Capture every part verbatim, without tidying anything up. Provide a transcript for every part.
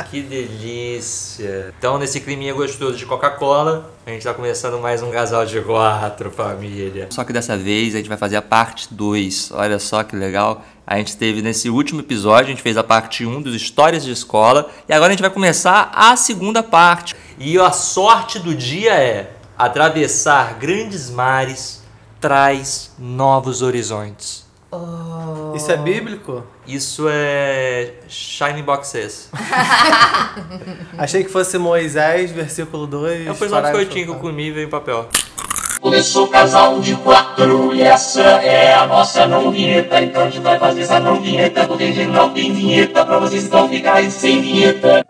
Que delícia. Então, nesse climinha gostoso de Coca-Cola, a gente tá começando mais um Casal de Quatro, família. Só que dessa vez a gente vai fazer a parte dois. Olha só que legal. A gente teve nesse último episódio, a gente fez a parte um dos Histórias de Escola. E agora a gente vai começar a segunda parte. E a sorte do dia é atravessar grandes mares traz novos horizontes. Oh. Isso é bíblico? Isso é Shiny Boxes. Achei que fosse Moisés, versículo dois. É o primeiro biscoitinho que eu comi e veio em papel. Começou Casal de Quatro e essa é a nossa não vinheta. Então a gente vai fazer essa não vinheta, porque a gente não tem vinheta pra vocês não ficarem sem vinheta.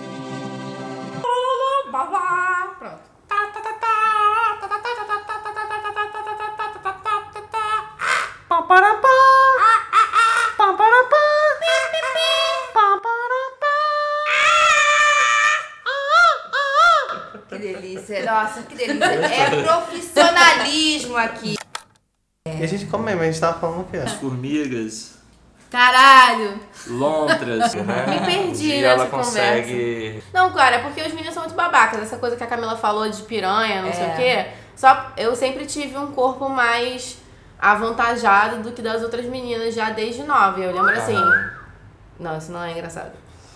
Que delícia, nossa, que delícia. É profissionalismo aqui. E a gente come mesmo, a gente tava falando o quê? As formigas, Caralho. lontras, né? Me perdi E nessa ela consegue... conversa. Não, cara, é porque os meninos são muito babacas. Essa coisa que a Camila falou de piranha, não É. sei o quê. Só eu sempre tive um corpo mais avantajado do que das outras meninas já desde nove. Eu lembro assim... Não, isso não é engraçado.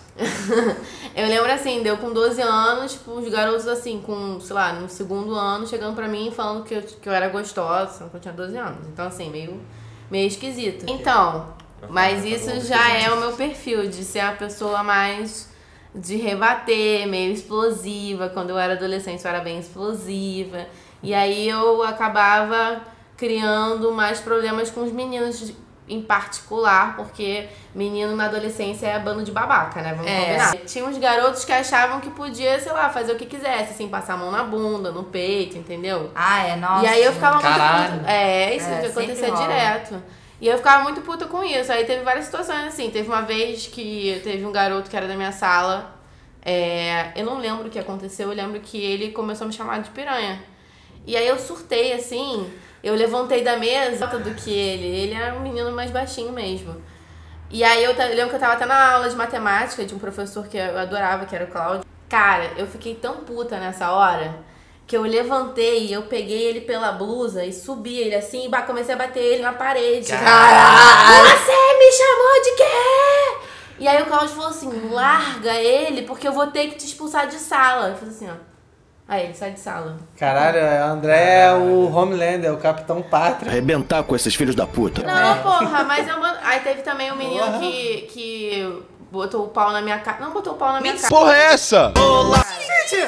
Eu lembro assim, deu com doze anos, tipo, os garotos assim, com, sei lá, no segundo ano, chegando pra mim falando que eu, que eu era gostosa, sendo que eu tinha doze anos. Então, assim, meio, meio esquisito. Então, mas isso já é o meu perfil, de ser a pessoa mais de rebater, meio explosiva. Quando eu era adolescente, eu era bem explosiva. E aí eu acabava criando mais problemas com os meninos em particular, porque menino na adolescência é bando de babaca, né? Vamos É. combinar. Tinha uns garotos que achavam que podia, sei lá, fazer o que quisesse, assim, passar a mão na bunda, no peito, entendeu? Ah, é, nossa. E aí eu ficava Caralho. muito puta. É, isso É, que sempre acontecia rola. direto. E eu ficava muito puta com isso. Aí teve várias situações assim. Teve uma vez que teve um garoto que era da minha sala. É, eu não lembro o que aconteceu, eu lembro que ele começou a me chamar de piranha. E aí eu surtei assim. Eu levantei da mesa do que ele. Ele era um menino mais baixinho mesmo. E aí eu, ta- eu lembro que eu tava até na aula de matemática de um professor que eu adorava, que era o Cláudio. Cara, eu fiquei tão puta nessa hora que eu levantei e eu peguei ele pela blusa e subi ele assim e ba- comecei a bater ele na parede. Caralho! Você me chamou de quê? E aí o Cláudio falou assim, larga ele porque eu vou ter que te expulsar de sala. Eu fiz assim, ó. Aí ele sai de sala. Caralho, o André é o Homelander, é o Capitão Pátria. Arrebentar com esses filhos da puta. Não, porra, mas eu mando... Aí teve também um menino que, que botou o pau na minha cara. Não botou o pau na minha cara. Porra é essa? Gente,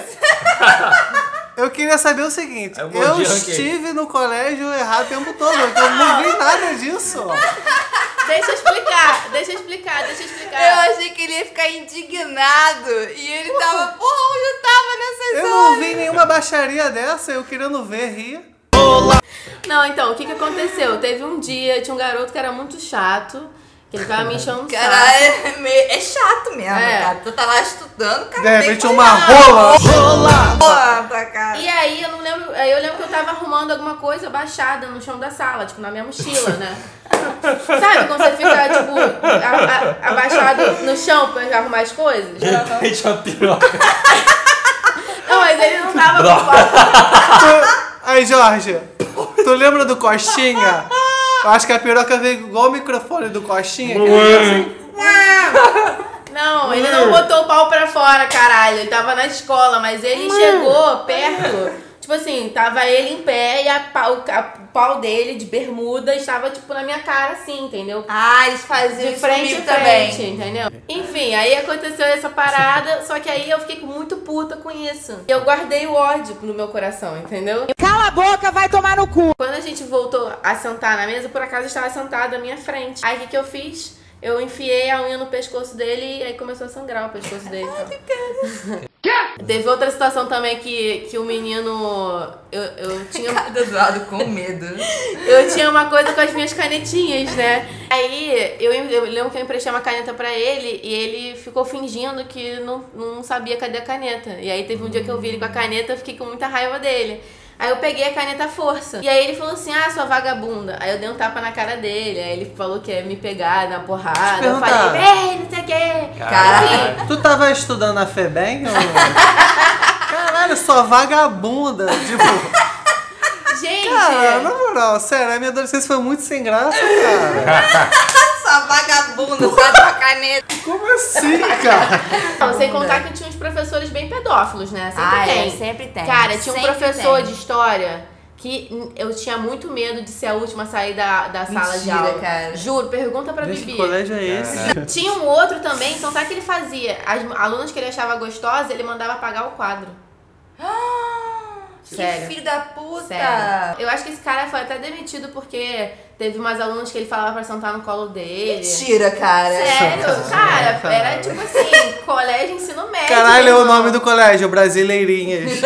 eu queria saber o seguinte, É um bom eu dia, estive no colégio errado o tempo todo, porque eu não vi nada disso. Deixa eu explicar, deixa eu explicar, deixa eu explicar. Eu achei que ele ia ficar indignado. E ele tava, porra, onde eu tava nessas Eu não vi nenhuma baixaria dessa, eu querendo ver, rir. Não, então, o que que aconteceu? Teve um dia, tinha um garoto que era muito chato, que ele tava me enchendo o Caralho, saco. é, meio- é chato mesmo, É. cara. Tu tá lá estudando, cara. De tem repente que uma olhar. rola. Rola! Porra, pra cara. E aí, eu não lembro, aí eu lembro que eu tava arrumando alguma coisa baixada no chão da sala, tipo, na minha mochila, né? Sabe quando você fica, tipo, a- a- abaixado no chão pra arrumar as coisas? De repente uma piroca. Não, mas ele não tava com pau. Aí, Jorge, tu lembra do Coxinha? Eu acho que a piroca veio igual o microfone do Coxinha. Que ele veio assim, Não, ele não botou o pau pra fora, caralho. Ele tava na escola, mas ele chegou perto. Tipo assim, tava ele em pé e a pau, a- o pau dele de bermuda estava, tipo, na minha cara, assim, entendeu? Ah, eles faziam De isso frente comigo a frente, também. entendeu? Enfim, aí aconteceu essa parada, só que aí eu fiquei muito puta com isso. Eu guardei o ódio no meu coração, entendeu? Cala a boca, vai tomar no cu! Quando a gente voltou a sentar na mesa, por acaso estava sentado à minha frente. Aí o que, que eu fiz? Eu enfiei a unha no pescoço dele e aí começou a sangrar o pescoço dele. Então. Teve outra situação também que, que o menino. Eu, eu tinha. Cada do lado com medo. Eu tinha uma coisa com as minhas canetinhas, né? Aí eu, eu lembro que eu emprestei uma caneta pra ele e ele ficou fingindo que não, não sabia cadê a caneta. E aí teve um dia que eu vi ele com a caneta, eu fiquei com muita raiva dele. Aí eu peguei a caneta força. E aí ele falou assim, ah, sua vagabunda. Aí eu dei um tapa na cara dele. Aí ele falou que ia me pegar na porrada. Eu perguntar. falei, vem, não sei o quê. Caralho. Tu tava estudando na FEBEM? Ou... Caralho, sua vagabunda. Tipo, Gente, cara, na moral, sério, a minha adolescência foi muito sem graça, cara. Essa vagabunda, só de uma caneta. Como assim, cara? não, sem contar que tinha uns professores bem pedófilos, né? Sempre Ah, tem. é, sempre tem. Cara, tinha um Sempre professor tem. de história que eu tinha muito medo de ser a última a sair da, da sala de Mentira, aula. cara. Juro, pergunta pra Gente, que Bibi. colégio é esse? Tinha um outro também, então sabe o que ele fazia? As alunas que ele achava gostosas, ele mandava apagar o quadro. Que Sério. filho da puta. Sério. Eu acho que esse cara foi até demitido porque teve umas alunas que ele falava pra sentar no colo dele. Mentira, cara. Sério, cara, era tipo assim, colégio ensino médio. Caralho, é o irmão. nome do colégio, Brasileirinhas.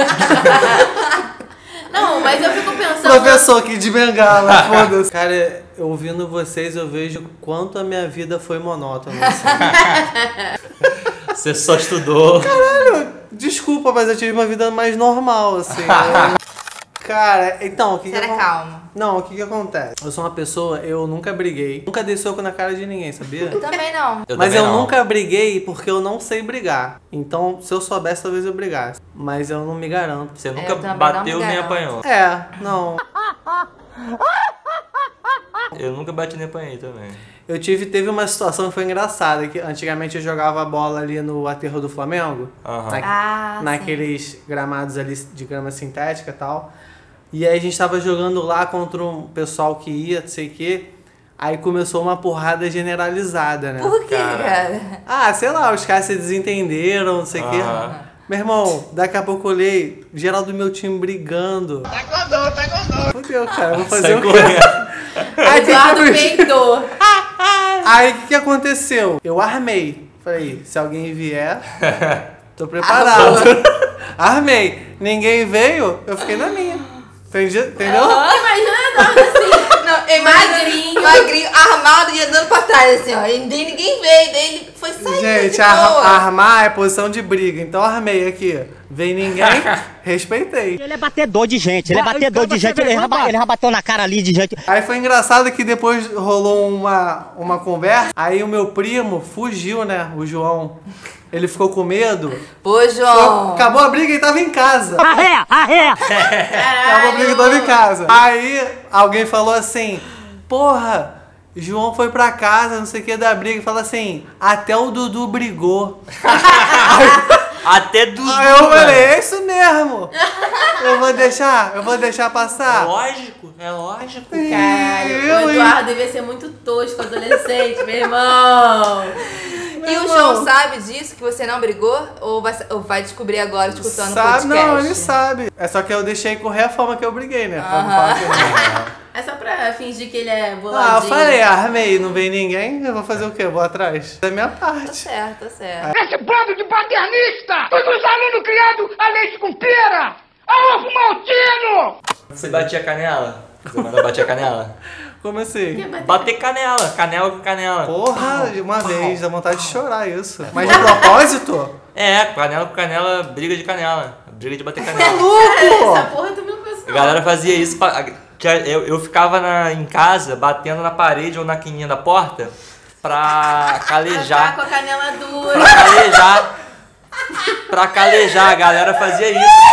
Não, mas eu fico pensando. Professor aqui de bengala, foda-se. Cara, eu ouvindo vocês, eu vejo quanto a minha vida foi monótona. Assim. Você só estudou. Caralho, desculpa, mas eu tive uma vida mais normal, assim. Cara, então, o que Você que era acon- calmo. Não, o que que acontece? Eu sou uma pessoa, eu nunca briguei. Nunca dei soco na cara de ninguém, sabia? Eu também não. Eu Mas também eu não. nunca briguei porque eu não sei brigar. Então, se eu soubesse, talvez eu brigasse. Mas eu não me garanto. Você nunca Eu também não bateu me nem garanto. apanhou. É, não. Eu nunca bati nem apanhei também. Eu tive, teve uma situação que foi engraçada, que antigamente eu jogava bola ali no aterro do Flamengo. Aham. na- Ah, naqueles gramados ali de grama sintética e tal. E aí a gente tava jogando lá contra um pessoal que ia, não sei o quê. Aí começou uma porrada generalizada, né? Por que, Cara. cara? Ah, sei lá, os caras se desentenderam, não sei o quê. Aham. Meu irmão, daqui a pouco eu olhei, geral do meu time brigando. Tá com dor, tá com dor. Fudeu, cara, eu vou fazer Sai o quê? correndo. Aí, Eduardo que que- peidou. Aí o que, que aconteceu? Eu armei. Falei, se alguém vier, tô preparado. Armei. Ninguém veio, eu fiquei na minha. Entendi? Entendeu? Imagina Eduardo assim. Não, eu imagino Magrinho. magrinho, armado e andando pra trás, assim, ó. E daí ninguém veio, daí ele foi saindo Gente, de ar- boa. armar é posição de briga. Então armei aqui. Vem ninguém, respeitei. Ele é batedor de gente, ele é batedor de gente, ele já, ba- ele já bateu na cara ali de gente. Aí foi engraçado que depois rolou uma, uma conversa. Aí o meu primo fugiu, né? O João. Ele ficou com medo. Pô, João. Acabou a briga e tava em casa. Arré, arré! Acabou a briga e tava em casa. Aí alguém falou assim: porra, João foi pra casa, não sei o que da briga. E fala assim: até o Dudu brigou. Até Dudu. Aí eu falei: velho. é isso mesmo. Eu vou deixar, eu vou deixar É passar. lógico, é lógico. Caralho, Eu, o hein? Eduardo devia ser muito tosco adolescente, meu irmão. E o João sabe disso, que você não brigou? Ou vai, ou vai descobrir agora, escutando o Sabe? podcast? Não, ele sabe. É só que eu deixei correr a forma que eu briguei, né? Pra não falar que eu- É só pra fingir que ele é Ah, boladinho. eu falei, armei, não vem ninguém, eu vou fazer o quê? Eu vou atrás. É a minha Tá parte. certo, tá certo. Esse bando de paternista! Todos os alunos criados a leite com pera! A ovo maltino! Você batia canela? Você mandou bater a canela? Como assim? Bater canela, canela com canela. Porra, de uma vez, dá vontade de chorar isso. Mas de propósito? É, canela com canela, briga de canela. Briga de bater canela. Essa Louco! porra eu também não conheço A galera fazia isso. Pra, que eu, eu ficava na, em casa batendo na parede ou na quininha da porta pra Tá calejar. com a canela Pra dura. calejar. Pra calejar, a galera fazia isso.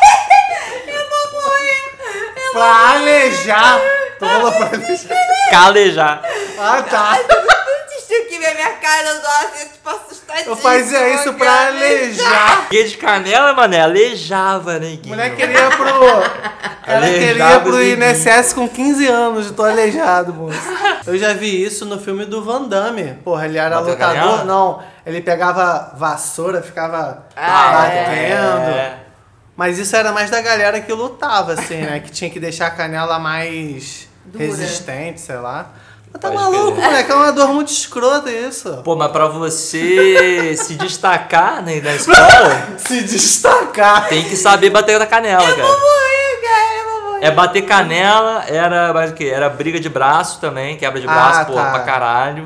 Pra alejar. Tu falou pra alejar. Calejar. Ah, tá. Assistiu aqui ver minha cara, eu tô assim, tipo, assustadíssima. Eu fazia isso pra cara. alejar. Porque de canela, mané, aleijava, né? A mulher queria pro... Ela queria Aleijava pro os I N S S com quinze anos, eu tô aleijado, moço. Eu já vi isso no filme do Van Damme. Porra, ele era Bateu lutador? canela? Não, ele pegava vassoura, ficava Ah, batendo. É. Mas isso era mais da galera que lutava, assim, né? Que tinha que deixar a canela mais Dura. resistente, sei lá. Mas tá Pode maluco, crer. moleque? É uma dor muito escrota isso. Pô, mas pra você se destacar né, na escola, Se destacar. tem que saber bater na canela, cara. Morri, cara, eu vou morrer. É bater canela, era mais o quê? Era briga de braço também, quebra de Ah, braço, pô, tá. pra caralho.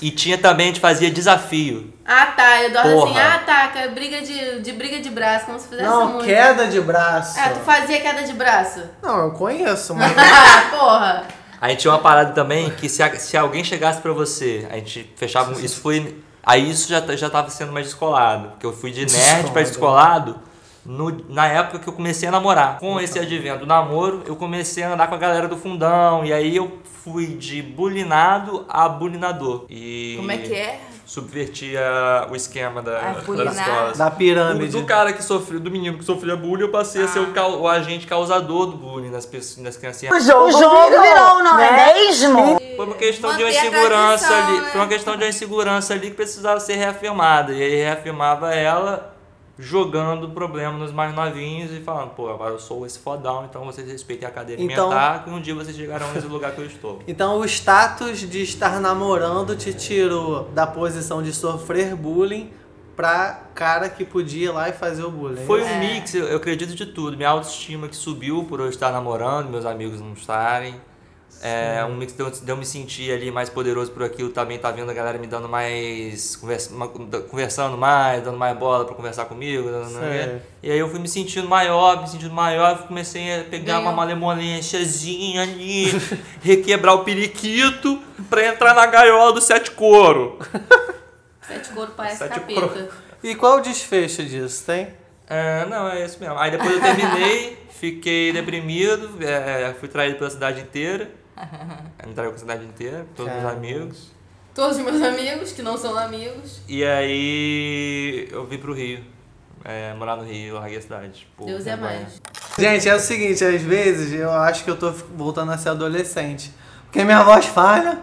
E tinha também, a gente fazia desafio. Ah, tá. Eu Eduardo assim, Porra. ah, tá. que é Briga de, de briga de braço, como se fizesse Não, muito. queda de braço. Ah, tu fazia queda de braço? Não, eu conheço, mas... Ah, porra. A gente tinha uma parada também que se, a- se alguém chegasse pra você, a gente fechava. Isso foi. Aí isso já, já tava sendo mais descolado. Porque eu fui de nerd pra descolado no, na época que eu comecei a namorar. Com esse advento do namoro, eu comecei a andar com a galera do fundão. E aí eu fui de bulinado a bulinador. E Como é que é? subvertia o esquema da, Ah, das bulinar? escolas. Da Do, pirâmide. do cara que sofreu, do menino que sofria bullying, eu passei a ser Ah. o, cau- o agente causador do bullying nas, pessoas, nas criancinhas. O jogo, virou, não é mesmo? Foi uma questão de uma Manter a insegurança tradição, ali. né? Foi uma questão de uma insegurança ali que precisava ser reafirmada. E aí reafirmava ela jogando o problema nos mais novinhos e falando, pô, agora eu sou esse fodão, então vocês respeitem a cadeia Então- alimentar, que um dia vocês chegarão nesse lugar que eu estou. Então o status de estar namorando te tirou da posição de sofrer bullying pra cara que podia ir lá e fazer o bullying. Foi um mix, eu, eu acredito, de tudo. Minha autoestima que subiu por eu estar namorando, meus amigos não estarem. É, um mix de eu, de eu me sentir ali mais poderoso por aquilo, também tá vendo a galera me dando mais. Conversa, uma- conversando mais, dando mais bola pra conversar comigo. dando- Sei. E aí eu fui me sentindo maior, me sentindo maior, eu comecei a pegar Ganhou. uma malemolênciazinha ali, requebrar o periquito pra entrar na gaiola do sete couro. Sete couro parece Sete capeta. couro. E qual o desfecho disso, tem? É, não, é isso mesmo. Aí depois eu terminei, fiquei deprimido, é, fui traído pela cidade inteira. Me traiu com a cidade inteira, todos os meus Caramba. amigos. Todos os meus amigos, que não são amigos. E aí eu vim pro Rio. É, morar no Rio, eu larguei a cidade. Por Deus é vergonha. mais. Gente, é o seguinte, às vezes eu acho que eu tô voltando a ser adolescente. Porque minha voz falha.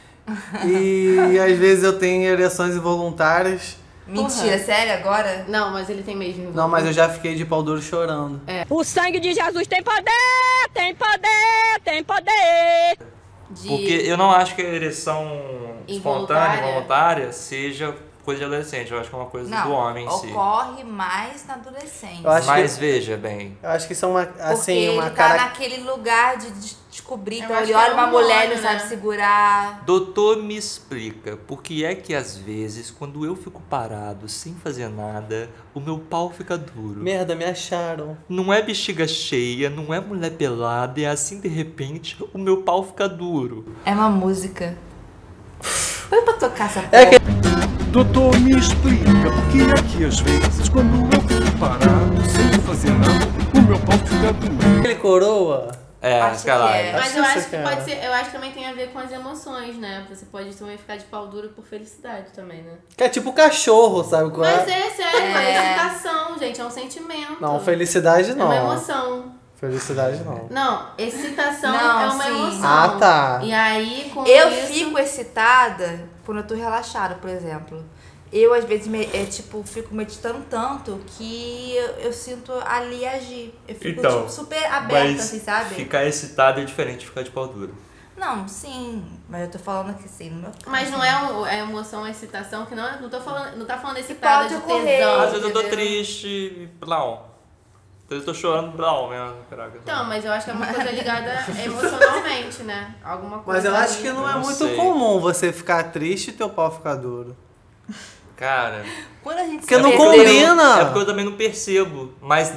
E às vezes eu tenho ereções involuntárias. Mentira, sério agora? Não, mas ele tem mesmo. Não, mas eu já fiquei de pau duro chorando. O sangue de Jesus tem poder, tem poder, tem poder. De... Porque eu não acho que a ereção espontânea, Involuntária. involuntária, seja coisa de adolescente. Eu acho que é uma coisa Não, do homem em si. ocorre mais na adolescência. Eu acho Mas que, veja bem, eu acho que isso é uma, Porque assim, uma ele tá cara... naquele lugar de des- descobrir. Eu Então acho ele que é olha uma hormônio, mulher e não né? sabe segurar. doutor, me explica por que é que às vezes, quando eu fico parado sem fazer nada, o meu pau fica duro. Merda, me acharam. Não é bexiga cheia, não é mulher pelada, e assim de repente o meu pau fica duro. É uma música. Põe pra tocar essa É porra. Doutor, me explica por que é que às vezes, quando eu fico parado, sem fazer nada, o meu pau fica duro. Ele coroa? É, Acho cara. que é. Mas Acho eu isso, acho que cara. pode ser. Eu acho que também tem a ver com as emoções, né? Você pode também ficar de pau duro por felicidade também, né? Que é tipo cachorro, sabe qual Mas é? é sério, É. é excitação, gente, é um sentimento. Não, felicidade É não. uma emoção. Felicidade não. Não, excitação Não, é uma sim. emoção. Ah, tá. E aí, com Eu isso... fico excitada quando eu tô relaxada, por exemplo. Eu, às vezes, me- é, tipo, fico meditando tanto que eu, eu sinto ali agir. Eu fico, Então, tipo, super aberta, assim, sabe? ficar excitado é diferente de ficar de pau duro. Não, sim. Mas eu tô falando que sim, no meu caso. Mas não é um, é emoção, é excitação, que não, é- não tô falando, não tá falando excitada pode de ocorrer. tesão. Às vezes eu tô entendeu? triste e blau. Às vezes eu tô chorando blau mesmo. Caraca, Então, mas eu acho que é uma coisa ligada emocionalmente, né? Alguma coisa. Mas eu acho ali. que não Eu é não muito sei. comum você ficar triste e teu pau ficar duro. Cara, Quando a gente Porque se não perdeu- combina. é porque eu também não percebo. Mas.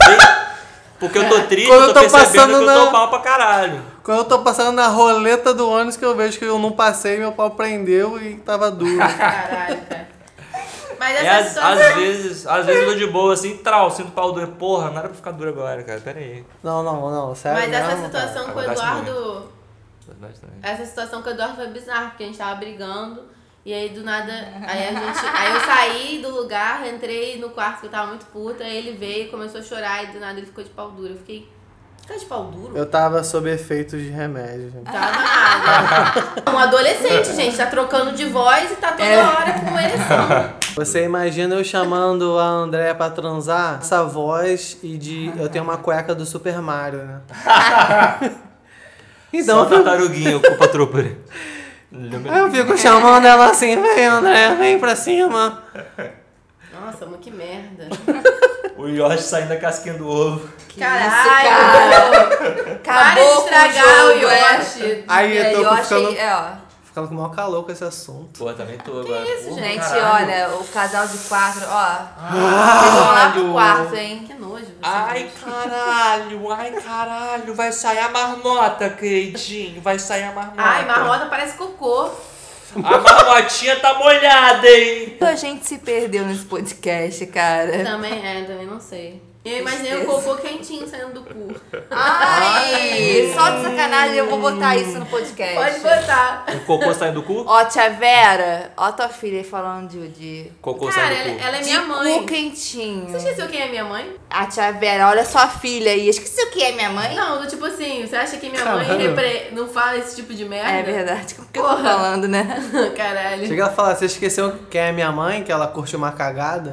Porque eu tô triste, Quando eu eu tô tô percebendo passando que eu na- tô mal pra caralho. Quando eu tô passando na roleta do ônibus que eu vejo que eu não passei, meu pau prendeu e tava duro. Caralho, cara. Mas É, essa às, situação... às vezes, às vezes eu tô de boa, assim, trau, sinto pau duro. Porra, não era pra ficar duro agora, cara. Pera aí. Não, não, não, sério Mas essa mesmo, situação cara. com o Acontece Eduardo... Bastante. Essa situação com o Eduardo foi bizarra, porque a gente tava brigando. E aí, do nada... Aí, a gente, aí eu saí do lugar, entrei no quarto que eu tava muito puta. Aí ele veio, começou a chorar e do nada ele ficou de pau duro. Eu fiquei... Ficar de pau duro? Eu tava sob efeitos de remédio, gente. Tava nada. Um adolescente, gente, tá trocando de voz e tá toda É. hora com ereção. Você imagina eu chamando a Andréia pra transar? Essa voz e de... Eu tenho uma cueca do Super Mario, né? Então Só eu fico, tartaruguinho, culpa troopa. eu fico chamando ela assim, vem Andréia, vem pra cima. Nossa, mano, que merda. O Yoshi saindo da casquinha do ovo. Caralho. Para Para de de estragar estragar o o jogo, é. Yoshi. Aí É, eu tô eu ficando, achei, é, ó. ficando com o maior calor com esse assunto. Pô, também tô agora. isso, Porra, Gente, caralho. olha, o casal de quatro, ó. Vocês vão lá pro quarto, hein? Que nojo. vocês Ai, dois. caralho, ai, caralho, vai sair a marmota, Cleitinho, vai sair a marmota. Ai, marmota parece cocô. A marmotinha tá molhada, hein? A gente se perdeu nesse podcast, cara. Também é, também não sei. Eu imaginei o cocô quentinho saindo do cu. Ai, só de sacanagem eu vou botar isso no podcast. Pode botar. O cocô saindo do cu? Ó, tia Vera, ó tua filha aí falando de, de, Cocô Cara, saindo do ela, cu. ela é de minha mãe. cu quentinho. Você esqueceu quem é minha mãe? A tia Vera, olha sua filha aí. Esqueceu o que é minha mãe? Não, do tipo assim, você acha que minha mãe Caralho. repre... não fala esse tipo de merda? É verdade, como que eu tô Porra. falando, né? Caralho. Chega a falar, você esqueceu quem é minha mãe, que ela curte uma cagada?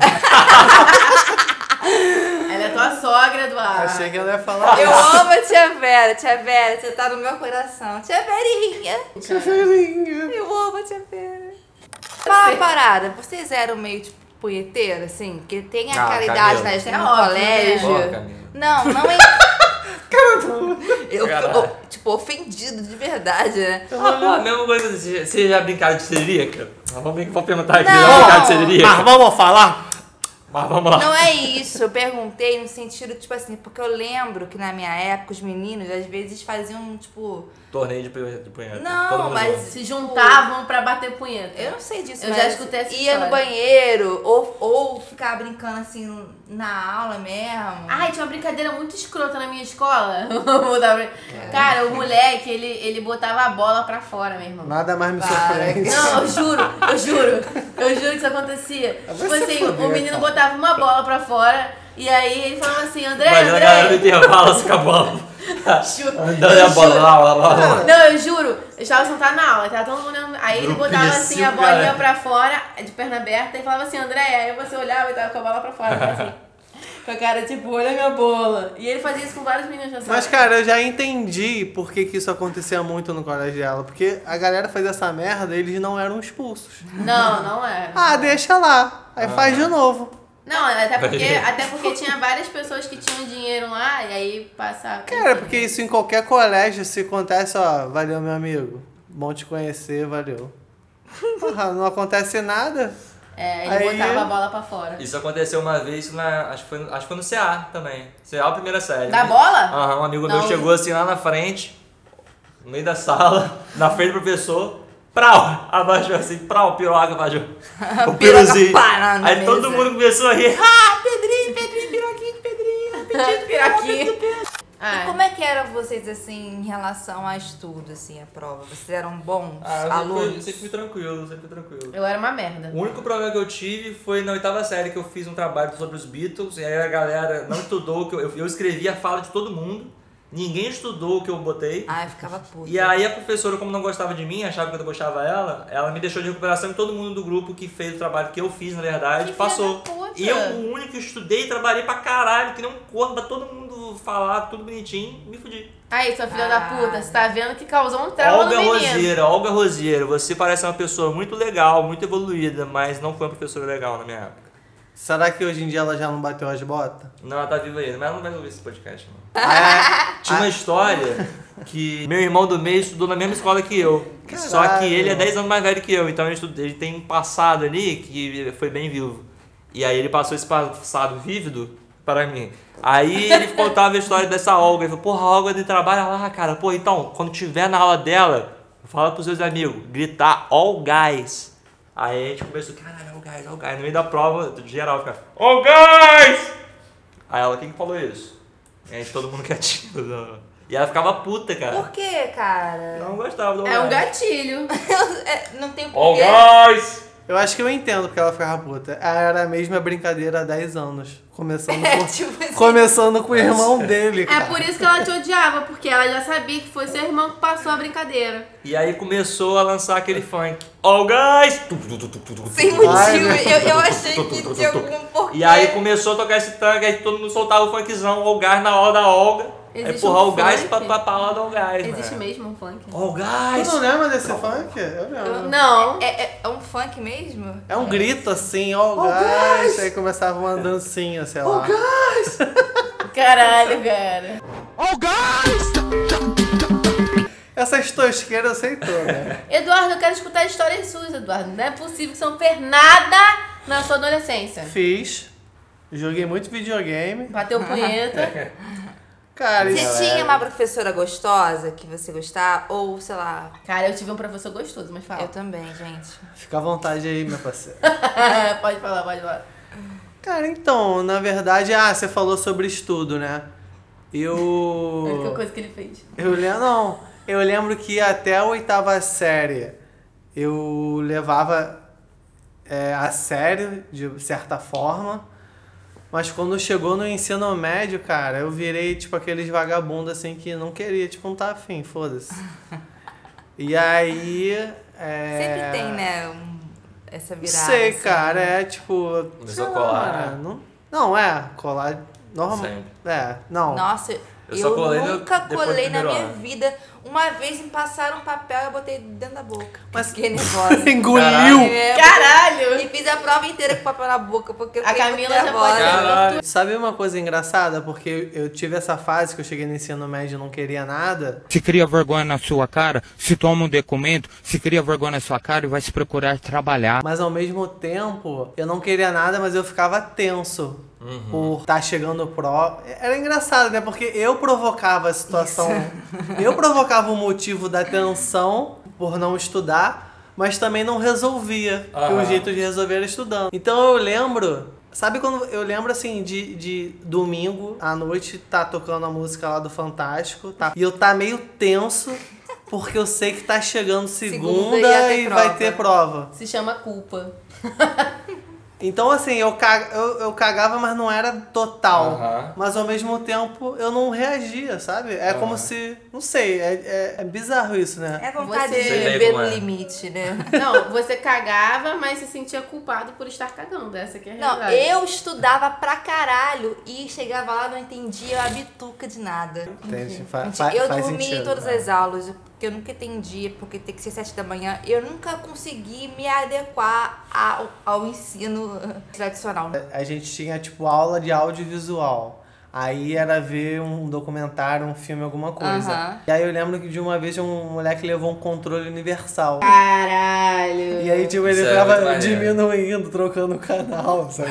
Ela é tua sogra, Eduardo. Achei que ela ia falar Eu isso. amo a tia Vera, tia Vera, você tá no meu coração. Tia Verinha. Tia Verinha. Eu amo a tia Vera. Fala uma parada, vocês eram meio tipo punheteiro, assim? Porque tem Ah, aquela idade Camila. na, Isso é no óbvio, colégio. né? Ó, Camila. Não, não é. Eu Caralho. fico, tipo, ofendido de verdade, né? Ah, pô, a mesma coisa, vocês vocês já brincaram de sererica? Vamos brin- vamos perguntar aqui, Não. já brincaram de sererica? Mas vamos falar? Mas vamos lá. Não é isso, eu perguntei no sentido, tipo assim, porque eu lembro que na minha época os meninos às vezes faziam, tipo. Torneio de punheta. de punheta. Não, Todo mundo mas- junto. Se juntavam pra bater punheta. Eu não sei disso, Eu mas já escutei essa ia no história. banheiro, ou, ou ficar brincando assim na aula mesmo. Ai, tinha uma brincadeira muito escrota na minha escola. Vou dar pra- Cara, o moleque, ele, ele botava a bola pra fora, meu irmão. Nada mais me Para. surpreende. Não, eu juro, eu juro. Eu juro que isso acontecia. Vai Tipo se assim, fuder, o menino cara. botava uma bola pra fora e aí ele falava assim, André, Imagina a galera no André. intervalo assim com a bola. Juro, Andando eu a bola juro. lá, lá, lá, lá. Não, eu juro, eu estava sentada na aula, tava todo mundo olhando. Aí ele Grupo botava assim a agressivo, bolinha cara. pra fora, de perna aberta, e falava assim, André, aí você olhava e tava com a bola pra fora, assim. Com a cara tipo, olha minha bola. E ele fazia isso com vários meninos na sala. Mas, cara, eu já entendi por que, que isso acontecia muito no colégio dela. Porque a galera fazia essa merda e eles não eram expulsos. Não, não era. Ah, deixa lá. Aí faz de novo. Não, até porque, até porque tinha várias pessoas que tinham dinheiro lá e aí passava. Cara, porque isso em qualquer colégio, se acontece, ó, valeu, meu amigo. Bom te conhecer, valeu. Porra, não acontece nada. É, ele Aí- botava a bola pra fora. Isso aconteceu uma vez, na, acho, que foi, acho que foi no C A também. C A, primeira série. Da bola? Aham, um amigo Não. meu chegou assim lá na frente, no meio da sala, na frente do professor, prau, abaixou assim, prau, piroca, abaixou. O Piroca piruzinho. para na Aí todo mesa. mundo começou a rir. Ah, Pedrinho, Pedrinho, piroquinho, Pedrinho, Pedrinho, Piraquinha. E Ah, como é que eram vocês, assim, em relação a estudo, assim, a prova? Vocês eram bons Ah, eu sempre fui, alunos? sempre fui tranquilo, sempre fui tranquilo. eu era uma merda. O único problema que eu tive foi na oitava série que eu fiz um trabalho sobre os Beatles e aí a galera não estudou, o que eu, eu, eu escrevi a fala de todo mundo, ninguém estudou o que eu botei. Ai, eu ficava puta. E aí a professora, como não gostava de mim, achava que eu gostava dela, ela me deixou de recuperação e todo mundo do grupo que fez o trabalho que eu fiz, na verdade, Que passou. filha da puta. E eu, o único que estudei e trabalhei pra caralho, que nem um corno, pra todo mundo falar tudo bonitinho, me fudi. Aí, sua filha Ah. da puta, você tá vendo que causou um trauma Olga no menino. Rosieira, Olga Rosieira, você parece uma pessoa muito legal, muito evoluída, mas não foi uma professora legal na minha época. Será que hoje em dia ela já não bateu as botas? Não, ela tá viva ainda, mas ela não vai ouvir esse podcast, não. É. Tinha uma história que meu irmão do meio estudou na mesma escola que eu. Só que Caralho. ele é dez anos mais velho que eu, então ele, estuda, ele tem um passado ali que foi bem vivo. E aí ele passou esse passado vívido para mim. Aí ele contava a história dessa Olga. Ele falou, porra, a Olga ele trabalha lá, cara. Pô, então, quando tiver na aula dela, fala pros seus amigos, gritar all guys. Aí a gente começou, caralho, all guys, all guys. No meio da prova, geral, fica, all guys! Aí ela, quem que falou isso? E aí todo mundo quietinho. E ela ficava puta, cara. Por quê, cara? Não gostava do all É um guys. gatilho. É, não tem All porquê. guys! Eu acho que eu entendo porque ela ficava puta. Era a mesma brincadeira há dez anos. Começando, É, com, tipo assim. começando com o irmão dele, É cara. por isso que ela te odiava, porque ela já sabia que foi seu irmão que passou a brincadeira. E aí começou a lançar aquele funk. All guys! Sem motivo. Ai, meu eu, eu achei que tinha algum porquê. E aí começou a tocar esse tanque, aí todo mundo soltava o funkzão, all guys na hora da Olga. Aí Existe empurrar um o gás funk? pra, pra, pra lá do all guys, Existe né? mesmo um funk? All Tu guys! não lembra desse funk? Eu lembro. Não. É, é, é um funk mesmo? É um grito assim, ó, oh, gás. Aí começava uma dancinha, sei lá. Caralho, cara. É Essas tosqueiras eu sei todas. Eduardo, eu quero escutar histórias suas, Eduardo. Não é possível que você não fez nada na sua adolescência. Fiz. Joguei muito videogame. Bateu punheta. Cara, Você isso tinha uma professora gostosa que você gostava? Ou, sei lá... Cara, eu tive um professor gostoso, mas fala. Eu também, gente. Fica à vontade aí, meu parceiro. Pode falar, pode falar. Cara, então, na verdade, ah, você falou sobre estudo, né? É a única Eu... coisa que ele fez. Eu lembro, não. Eu lembro que até a oitava série eu levava é, a sério, de certa forma. Mas quando chegou no ensino médio, cara, eu virei, tipo, aqueles vagabundos, assim, que não queria, tipo, não tá afim, foda-se. E aí... É... Sempre tem, né, um, essa Não virada. sei, assim, cara, né? é, tipo... Começou sei a lá, colar, mano, né? Não, não, é, colar normal. Sempre. É, não. Nossa, Eu eu, só colei no- nunca depois do colei na primeiro minha ano. vida. Uma vez me passaram um papel e eu botei dentro da boca. Mas- Fiquei nervosa. Engoliu! É, Caralho! E fiz a prova inteira com o papel na boca, porque eu A fiquei Camila muito já nervosa. pode- Caralho. Sabe uma coisa engraçada? Porque eu tive essa fase que eu cheguei no ensino médio e não queria nada. Se cria vergonha na sua cara, se toma um documento, se cria vergonha na sua cara e vai se procurar trabalhar. Mas ao mesmo tempo, eu não queria nada, mas eu ficava tenso. Por estar chegando pró. Era engraçado, né? Porque eu provocava a situação. Eu provocava o motivo da tensão por não estudar, mas também não resolvia. Porque o Aham. jeito de resolver era estudando. Então eu lembro. Sabe quando eu lembro assim de, de domingo à noite tá tocando a música lá do Fantástico, tá? E eu tá meio tenso porque eu sei que tá chegando segunda, Segunda e ia ter e prova. vai ter prova. Se chama culpa. Então, assim, eu, ca- eu, eu cagava, mas não era total. Aham. Mas ao mesmo tempo eu não reagia, sabe? É como se. Não sei, é, é, é bizarro isso, né? É vontade Você- de Sei ver como no é. limite, né? Não, você cagava, mas se sentia culpado por estar cagando. Essa que é a Não, realidade. eu estudava pra caralho e chegava lá, não entendia a bituca de nada. Entende? Fa- Gente, fa- eu faz dormi sentido. em todas as aulas, porque eu nunca entendi, porque tem que ser sete da manhã. Eu nunca consegui me adequar ao, ao ensino tradicional. A gente tinha, tipo, aula de audiovisual. Aí era ver um documentário, um filme, alguma coisa. Aham. E aí eu lembro que de uma vez um moleque levou um controle universal. Caralho. E aí, tipo, ele Isso é ficava muito maneiro. diminuindo, trocando o canal, sabe?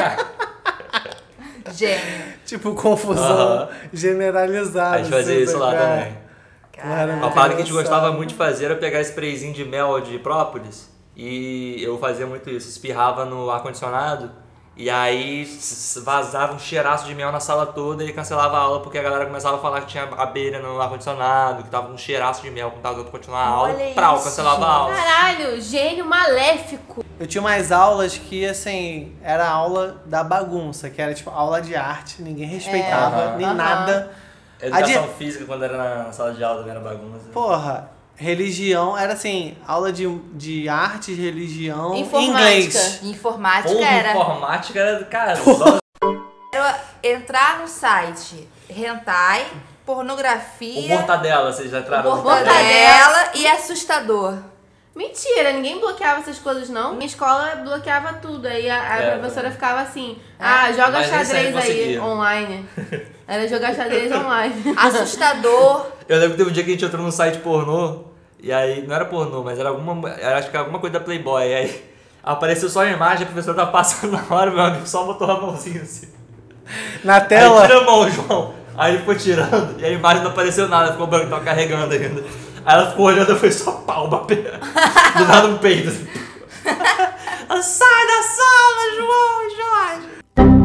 Gênio. Tipo, confusão Aham. generalizada. A gente fazia assim, isso lá sabe? também. Cara, Uma muito parada que a gente engraçado. gostava muito de fazer era pegar sprayzinho de mel de própolis e eu fazia muito isso, espirrava no ar-condicionado e aí s- vazava um cheiraço de mel na sala toda e cancelava a aula porque a galera começava a falar que tinha abelha no ar-condicionado, que tava um cheiraço de mel quando tava pra continuar a aula, Olha prau, isso, cancelava a aula. Caralho, gênio maléfico. Eu tinha umas aulas que, assim, era aula da bagunça, que era, tipo, aula de arte, ninguém respeitava, Aham. nem Aham. nada. Educação A de- física quando era na sala de aula também era bagunça. Porra, religião, era assim, aula de, de arte, religião, Informática. inglês. Informática Porra, era, informática era, cara, só era entrar no site hentai, o pornografia, mortadela, vocês já entraram no mortadela e assustador. Mentira, ninguém bloqueava essas coisas, não. Minha escola bloqueava tudo. Aí a, a É, professora é. ficava assim, ah, joga Mas nem xadrez sempre aí conseguia. online. Era jogar xadrez online. Assustador. Eu lembro que teve um dia que a gente entrou num site pornô, e aí, não era pornô, mas era alguma, era, acho que era alguma coisa da Playboy, e aí apareceu só a imagem, a professora tava passando na hora, meu amigo só botou a mãozinha assim. Na Aí tela, tira a mão, João. Aí ele foi tirando, e a imagem não apareceu nada, ficou branco, tava carregando ainda. Aí ela ficou olhando e foi só pau, bater. Do nada um peito. Assim. Sai da sala, João e Jorge!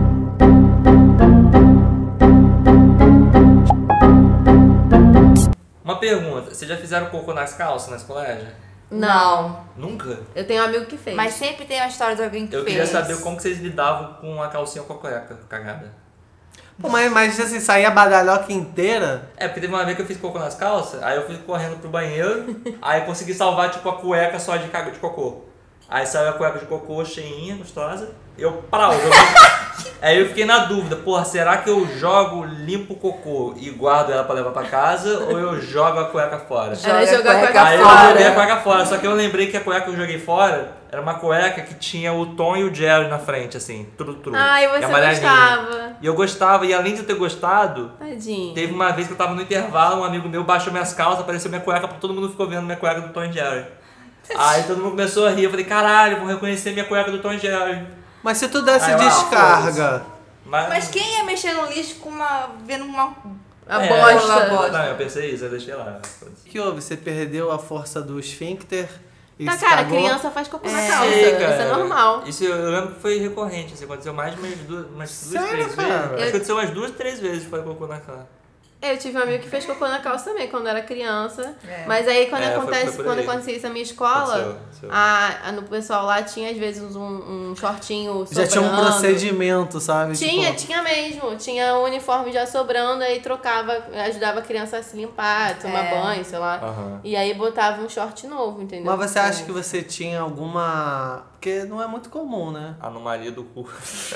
Uma pergunta, vocês já fizeram cocô nas calças, nas colégios? Não. Nunca? Eu tenho um amigo que fez. Mas sempre tem uma história de alguém que Eu fez. queria saber como que vocês lidavam com a calcinha com a cueca cagada. pô, mas, mas assim, saía a badalhoca inteira. É, porque teve uma vez que eu fiz cocô nas calças, aí eu fui correndo pro banheiro, aí consegui salvar tipo a cueca só de caga de cocô. Aí saiu a cueca de cocô cheinha, gostosa. Eu, pau, joguei. Aí eu fiquei na dúvida, porra, será que eu jogo, limpo o cocô e guardo ela pra levar pra casa ou eu jogo a cueca fora? Ela jogou a cueca Aí fora. eu joguei a cueca fora, só que eu lembrei que a cueca que eu joguei fora era uma cueca que tinha o Tom e o Jerry na frente, assim, tudo, tudo. Ai, você gostava. E eu gostava, e além de eu ter gostado, Tadinho. teve uma vez que eu tava no intervalo, um amigo meu baixou minhas calças, apareceu minha cueca, todo mundo ficou vendo minha cueca do Tom e Jerry. Aí todo mundo começou a rir, eu falei, caralho, vou reconhecer minha cueca do Tom e Jerry. Mas se tu desse Aí eu, ah, descarga... Mas, Mas quem ia mexer no lixo com uma. vendo uma. A É, bosta. uma bosta? Não, eu pensei isso, eu deixei lá. O que houve? Você perdeu a força do esfíncter e Tá, se cara, cagou? criança faz cocô na É, calça. Sei, Isso é normal. Isso eu, eu lembro que foi recorrente, assim, aconteceu mais de umas duas, umas duas Sério, três cara? vezes. Acho Eu- que aconteceu umas duas, três vezes foi cocô na cara. Eu tive um amigo que fez cocô na calça também, quando era criança. É. Mas aí, quando, É, foi- acontece, foi por quando aí. acontecia isso na minha escola, Aconteceu, aconteceu. a, a, no pessoal lá tinha, às vezes, um, um shortinho sobrando. Já tinha um procedimento, sabe? Tinha, Tipo, tinha mesmo. Tinha um uniforme já sobrando, aí trocava, ajudava a criança a se limpar, tomar É. banho, sei lá. Aham. E aí botava um short novo, entendeu? Mas você acha que você tinha alguma... Porque não é muito comum, né? Anomalia do cu.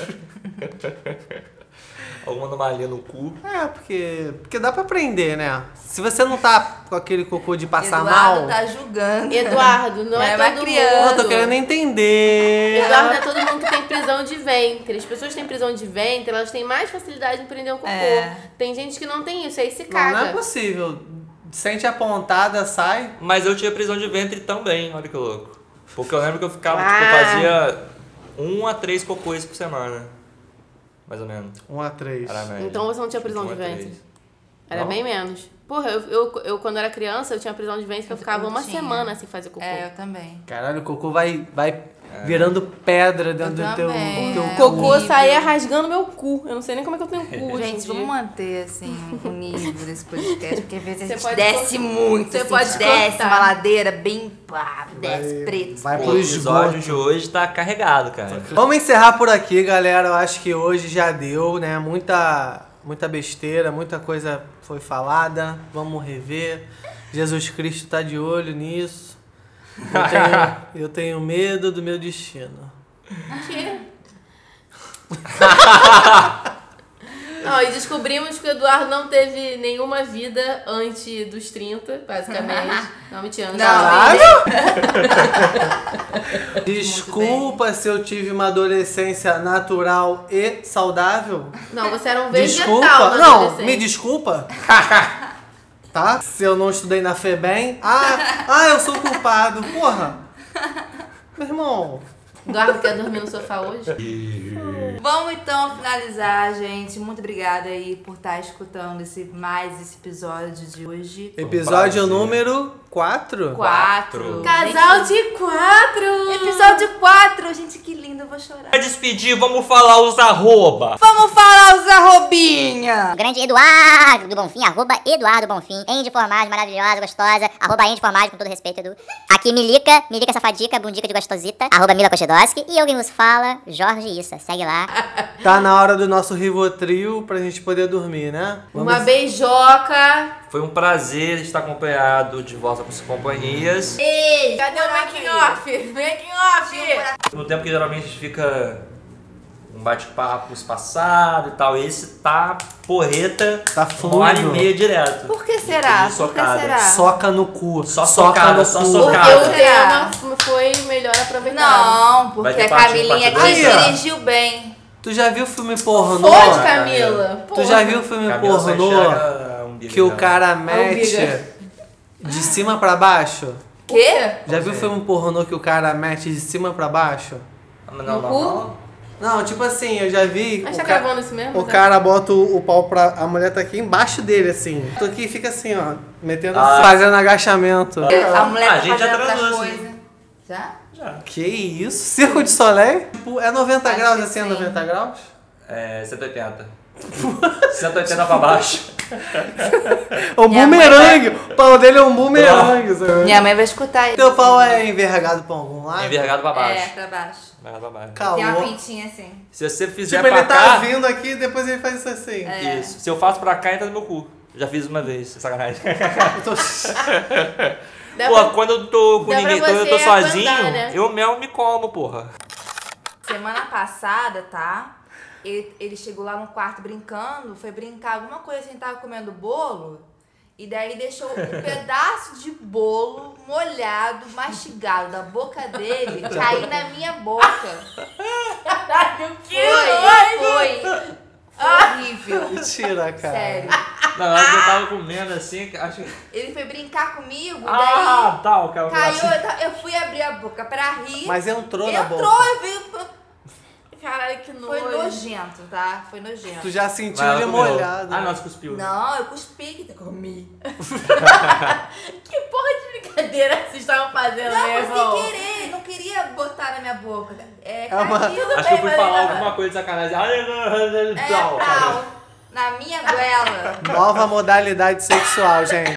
Alguma anomalia no cu. É, porque, porque dá pra aprender, né? Se você não tá com aquele cocô de passar Eduardo mal... tá julgando. Eduardo, não é, É uma todo criança. Eu mundo. tô querendo entender. Eduardo, não é todo mundo que tem prisão de ventre. As pessoas que têm prisão de ventre, elas têm mais facilidade em prender um cocô. É. Tem gente que não tem isso, aí se Não, caga. não é possível. Sente a pontada, sai... Mas eu tinha prisão de ventre também, olha que louco. Porque eu lembro que eu ficava, Ah. tipo, eu fazia um a três cocôs por semana. Mais ou menos. Um a três. Era a média. Então você não tinha prisão Um de a três. ventre? Era Não? bem menos. Porra, eu, eu, eu quando era criança, eu tinha prisão de ventre que eu ficava Eu uma tinha. semana sem fazer cocô. É, eu também. Caralho, o cocô vai, vai virando pedra dentro Eu do teu, também, teu é. cu. Cocô horrível. saía rasgando meu cu. Eu não sei nem como é que eu tenho cu hoje em Gente, dia. vamos manter, assim, o nível desse podcast, porque às vezes a Você gente pode desce cortar. muito, Você assim, pode desce cortar. uma ladeira bem, pá, desce Vai- preto. vai O pro episódio esgoto. de hoje tá carregado, cara. Vamos encerrar por aqui, galera. Eu acho que hoje já deu, né? Muita, muita besteira, muita coisa foi falada. Vamos rever. Jesus Cristo tá de olho nisso. Eu tenho, eu tenho medo do meu destino. quê? Não, e descobrimos que o Eduardo não teve nenhuma vida antes dos trinta, basicamente. Não, mentira, não. Caralho! Não. Desculpa se eu tive uma adolescência natural e saudável. Não, você era um vegetal Desculpa. na Não, adolescência. me desculpa. Tá? Se eu não estudei na FEBEM. Ah, ah, eu sou culpado. Porra. Meu irmão. Eduardo quer dormir no sofá hoje? Vamos então finalizar, gente. Muito obrigada aí por estar escutando esse, mais esse episódio de hoje. Episódio prazer. número quatro. Quatro. Casal Gente, de quatro! Episódio quatro. Gente, que lindo, eu vou chorar. Pra despedir, vamos falar os arroba. Vamos falar os arrobinha. O grande Eduardo Bonfim, arroba Eduardo Bonfim. Ende Formagem, maravilhosa, gostosa. Arroba Ende Formagem, com todo respeito, Edu. Aqui Milica, Milica Safadica, bundica de gostosita. Arroba Mila Kochedowski. E eu quem vos fala, Jorge Issa. Segue lá. Tá na hora do nosso Rivotril pra gente poder dormir, né? Uma beijoca. Foi um prazer estar acompanhado de vossas companhias. Ei, cadê o making off? Making off! No tempo que geralmente a gente fica um bate-papo espaçado e tal, esse tá porreta, Tá uma hora e fluido. meia direto. Por que será? Entendi, Por que socada. será? Soca no cu. Só Soca socada, no só cu. socada. Porque o Será? tema foi melhor aproveitado. Não, Vai porque ter a parte um, Camilinha parte aqui dois? Aí, ó. dirigiu bem. Tu já viu filme pornô? Pode, Camila. Tu já viu filme Camila só pornô enxerga um umbigo que o dela. cara umbigo. mete de cima pra baixo? Quê? Já viu filme pornô que o cara mete de cima pra baixo? Não, não, No não, cu? não. Não, tipo assim, eu já vi. Mas o tá ca- gravando isso mesmo? O tá? cara bota o, o pau pra. A mulher tá aqui embaixo dele, assim. Tô aqui e fica assim, ó. Metendo Ah. assim, fazendo agachamento. A mulher Ah, tá a gente já fazendo outras transou, coisas. Já? Que isso? Circo de Soleil? Tipo, é noventa Acho graus que assim, é sim. noventa graus? É cento e oitenta. cento e oitenta pra baixo. É um Minha mãe bumerangue! O pau dele é um bumerangue, sabe? Minha mãe vai escutar isso. Teu pau é envergado pra algum lado? Envergado pra baixo. É, pra baixo. Envergado pra baixo. Calor. Tem uma pintinha assim. Se você fizer Tipo, pra ele tá cá... vindo aqui e depois ele faz isso assim. É. Isso. Se eu faço pra cá, entra no meu cu. Já fiz uma vez, sacanagem. Eu tô- Dá Pô, pra- quando eu tô com dá ninguém, pra quando eu tô você sozinho, aguentar, né? eu mesmo me como, porra. Semana passada, tá? Ele, ele chegou lá no quarto brincando, foi brincar alguma coisa assim, tava comendo bolo. E daí deixou um pedaço de bolo molhado, mastigado da boca dele cair na minha boca. Caralho, que Foi, foi. Foi horrível. Mentira, cara. Sério. Na hora que eu tava comendo assim, acho que. Ele foi brincar comigo, Ah, daí tá, o cara caiu, eu ta- eu fui abrir a boca pra rir. Mas entrou na Entrou, boca. eu vi. Caralho, que nojo. Foi nojento, tá? Foi nojento. Tu já sentiu Mas ela ele comeu. molhado. Ah, nossa, cuspiu. Não, eu cuspi que eu comi. Que porra de brincadeira vocês estavam fazendo, Não, meu mas irmão? sem querer, não queria botar na minha boca. É, É uma- caiu. Acho que eu fui falar alguma coisa de sacanagem. É, Tal, cara. tal. Na minha goela. Nova modalidade sexual, gente.